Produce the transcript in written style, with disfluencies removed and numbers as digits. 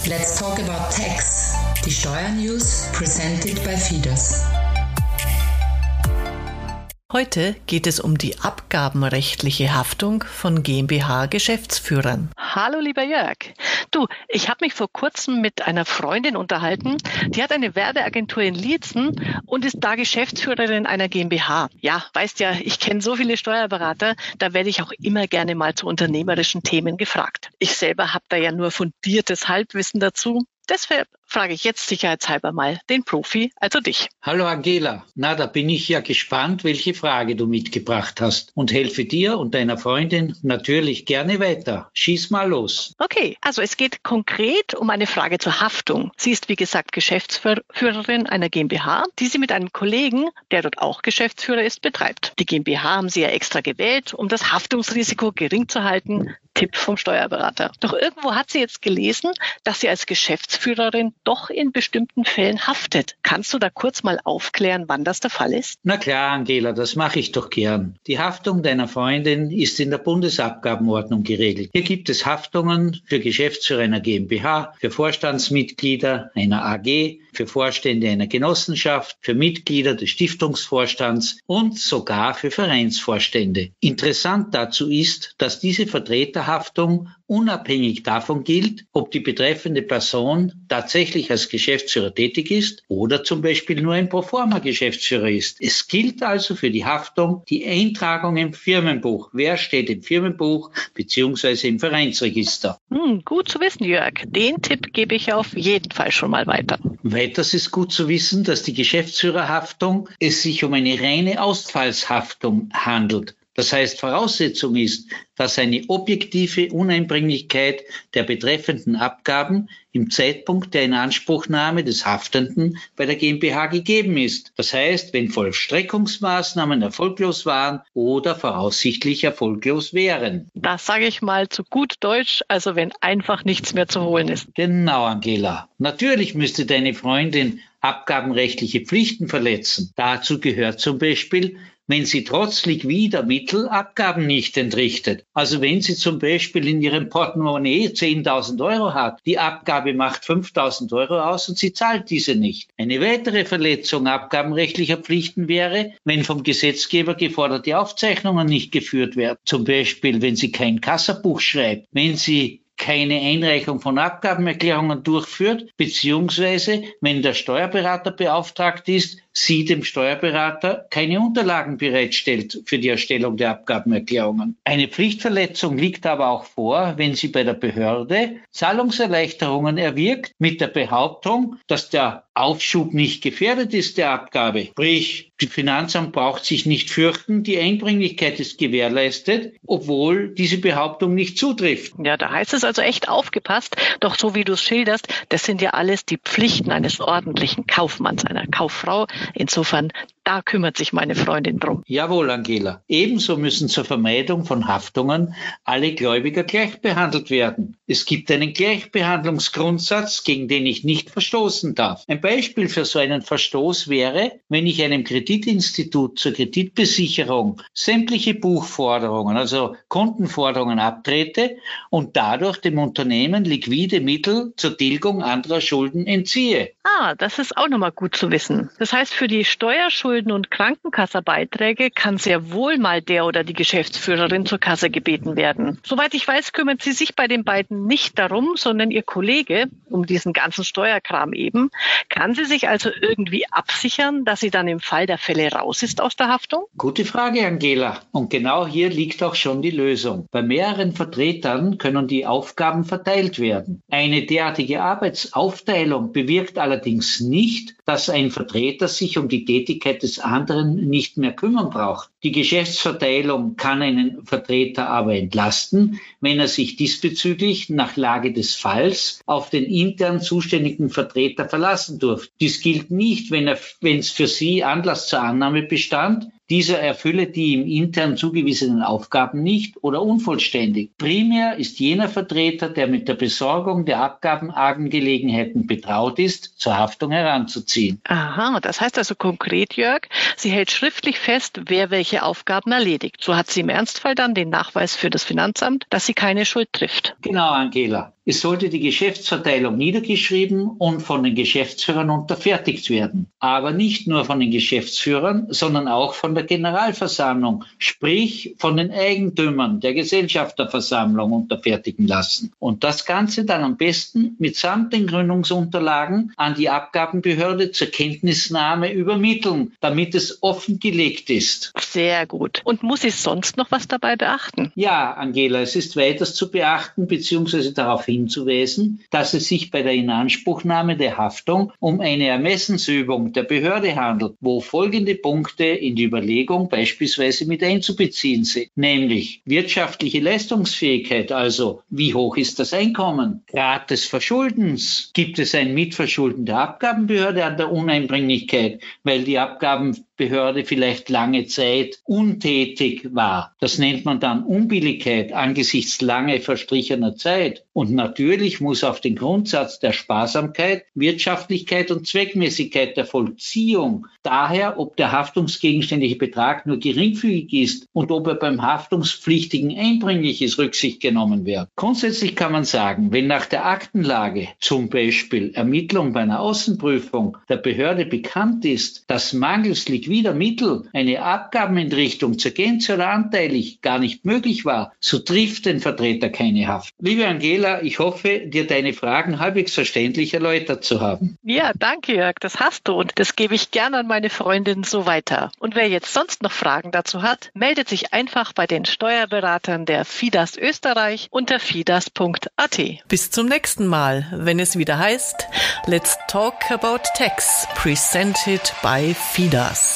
Let's talk about tax. Die Steuernews presented by Fides. Heute geht es um die abgabenrechtliche Haftung von GmbH-Geschäftsführern. Hallo lieber Jörg. Du, ich habe mich vor kurzem mit einer Freundin unterhalten, die hat eine Werbeagentur in Liezen und ist da Geschäftsführerin einer GmbH. Ja, weißt ja, ich kenne so viele Steuerberater, da werde ich auch immer gerne mal zu unternehmerischen Themen gefragt. Ich selber habe da ja nur fundiertes Halbwissen dazu. Deshalb frage ich jetzt sicherheitshalber mal den Profi, also dich. Hallo Angela, da bin ich ja gespannt, welche Frage du mitgebracht hast und helfe dir und deiner Freundin natürlich gerne weiter. Schieß mal los. Okay, also es geht konkret um eine Frage zur Haftung. Sie ist wie gesagt Geschäftsführerin einer GmbH, die sie mit einem Kollegen, der dort auch Geschäftsführer ist, betreibt. Die GmbH haben sie ja extra gewählt, um das Haftungsrisiko gering zu halten. Tipp vom Steuerberater. Doch irgendwo hat sie jetzt gelesen, dass sie als Geschäftsführerin doch in bestimmten Fällen haftet. Kannst du da kurz mal aufklären, wann das der Fall ist? Na klar, Angela, das mache ich doch gern. Die Haftung deiner Freundin ist in der Bundesabgabenordnung geregelt. Hier gibt es Haftungen für Geschäftsführer einer GmbH, für Vorstandsmitglieder einer AG, für Vorstände einer Genossenschaft, für Mitglieder des Stiftungsvorstands und sogar für Vereinsvorstände. Interessant dazu ist, dass diese Vertreterhaftung unabhängig davon gilt, ob die betreffende Person tatsächlich als Geschäftsführer tätig ist oder zum Beispiel nur ein Proforma-Geschäftsführer ist. Es gilt also für die Haftung die Eintragung im Firmenbuch. Wer steht im Firmenbuch bzw. im Vereinsregister? Gut zu wissen, Jörg. Den Tipp gebe ich auf jeden Fall schon mal weiter. Weiters ist gut zu wissen, dass die Geschäftsführerhaftung es sich um eine reine Ausfallshaftung handelt. Das heißt, Voraussetzung ist, dass eine objektive Uneinbringlichkeit der betreffenden Abgaben im Zeitpunkt der Inanspruchnahme des Haftenden bei der GmbH gegeben ist. Das heißt, wenn Vollstreckungsmaßnahmen erfolglos waren oder voraussichtlich erfolglos wären. Das sage ich mal zu gut Deutsch, also wenn einfach nichts mehr zu holen ist. Genau, Angela. Natürlich müsste deine Freundin abgabenrechtliche Pflichten verletzen. Dazu gehört zum Beispiel, wenn sie trotz liquider Mittel Abgaben nicht entrichtet. Also wenn sie zum Beispiel in ihrem Portemonnaie 10.000 Euro hat, die Abgabe macht 5.000 Euro aus und sie zahlt diese nicht. Eine weitere Verletzung abgabenrechtlicher Pflichten wäre, wenn vom Gesetzgeber geforderte Aufzeichnungen nicht geführt werden. Zum Beispiel, wenn sie kein Kassabuch schreibt, wenn sie keine Einreichung von Abgabenerklärungen durchführt, beziehungsweise wenn der Steuerberater beauftragt ist, sie dem Steuerberater keine Unterlagen bereitstellt für die Erstellung der Abgabenerklärungen. Eine Pflichtverletzung liegt aber auch vor, wenn sie bei der Behörde Zahlungserleichterungen erwirkt mit der Behauptung, dass der Aufschub nicht gefährdet ist der Abgabe. Sprich, das Finanzamt braucht sich nicht fürchten, die Einbringlichkeit ist gewährleistet, obwohl diese Behauptung nicht zutrifft. Ja, da heißt es also echt aufgepasst. Doch so wie du es schilderst, das sind ja alles die Pflichten eines ordentlichen Kaufmanns, einer Kauffrau. Insofern, da kümmert sich meine Freundin drum. Jawohl, Angela. Ebenso müssen zur Vermeidung von Haftungen alle Gläubiger gleich behandelt werden. Es gibt einen Gleichbehandlungsgrundsatz, gegen den ich nicht verstoßen darf. Ein Beispiel für so einen Verstoß wäre, wenn ich einem Kreditinstitut zur Kreditbesicherung sämtliche Buchforderungen, also Kundenforderungen abtrete und dadurch dem Unternehmen liquide Mittel zur Tilgung anderer Schulden entziehe. Das ist auch nochmal gut zu wissen. Das heißt, für die Steuerschulden und Krankenkassabeiträge kann sehr wohl mal der oder die Geschäftsführerin zur Kasse gebeten werden. Soweit ich weiß, kümmert sie sich bei den beiden nicht darum, sondern ihr Kollege um diesen ganzen Steuerkram eben. Kann sie sich also irgendwie absichern, dass sie dann im Fall der Fälle raus ist aus der Haftung? Gute Frage, Angela. Und genau hier liegt auch schon die Lösung. Bei mehreren Vertretern können die Aufgaben verteilt werden. Eine derartige Arbeitsaufteilung bewirkt allerdings nicht, dass ein Vertreter sich um die Tätigkeit des anderen nicht mehr kümmern braucht. Die Geschäftsverteilung kann einen Vertreter aber entlasten, wenn er sich diesbezüglich nach Lage des Falls auf den intern zuständigen Vertreter verlassen durfte. Dies gilt nicht, wenn es für Sie Anlass zur Annahme bestand, dieser erfülle die ihm intern zugewiesenen Aufgaben nicht oder unvollständig. Primär ist jener Vertreter, der mit der Besorgung der Abgabenangelegenheiten betraut ist, zur Haftung heranzuziehen. Aha, das heißt also konkret, Jörg, sie hält schriftlich fest, wer welche Aufgaben erledigt. So hat sie im Ernstfall dann den Nachweis für das Finanzamt, dass sie keine Schuld trifft. Genau, Angela. Es sollte die Geschäftsverteilung niedergeschrieben und von den Geschäftsführern unterfertigt werden. Aber nicht nur von den Geschäftsführern, sondern auch von der Generalversammlung, sprich von den Eigentümern der Gesellschafterversammlung unterfertigen lassen. Und das Ganze dann am besten mitsamt den Gründungsunterlagen an die Abgabenbehörde zur Kenntnisnahme übermitteln, damit es offengelegt ist. Sehr gut. Und muss ich sonst noch was dabei beachten? Ja, Angela, es ist weiters zu beachten bzw. darauf hinzuweisen, dass es sich bei der Inanspruchnahme der Haftung um eine Ermessensübung der Behörde handelt, wo folgende Punkte in die Überlegung beispielsweise mit einzubeziehen sind, nämlich wirtschaftliche Leistungsfähigkeit, also wie hoch ist das Einkommen, Grad des Verschuldens, gibt es ein Mitverschulden der Abgabenbehörde an der Uneinbringlichkeit, weil die Abgabenbehörde vielleicht lange Zeit untätig war. Das nennt man dann Unbilligkeit angesichts lange verstrichener Zeit. Und natürlich muss auf den Grundsatz der Sparsamkeit, Wirtschaftlichkeit und Zweckmäßigkeit der Vollziehung, daher ob der haftungsgegenständliche Betrag nur geringfügig ist und ob er beim Haftungspflichtigen einbringlich ist, Rücksicht genommen werden. Grundsätzlich kann man sagen, wenn nach der Aktenlage, zum Beispiel Ermittlung bei einer Außenprüfung, der Behörde bekannt ist, dass mangels liquider Mittel eine Abgabenentrichtung zur Gänze oder anteilig gar nicht möglich war, so trifft den Vertreter keine Haft. Liebe Angela, ich hoffe, dir deine Fragen halbwegs verständlich erläutert zu haben. Ja, danke Jörg, das hast du und das gebe ich gerne an meine Freundin so weiter. Und wer jetzt sonst noch Fragen dazu hat, meldet sich einfach bei den Steuerberatern der FIDAS Österreich unter fidas.at. Bis zum nächsten Mal, wenn es wieder heißt Let's Talk About Tax, presented by FIDAS.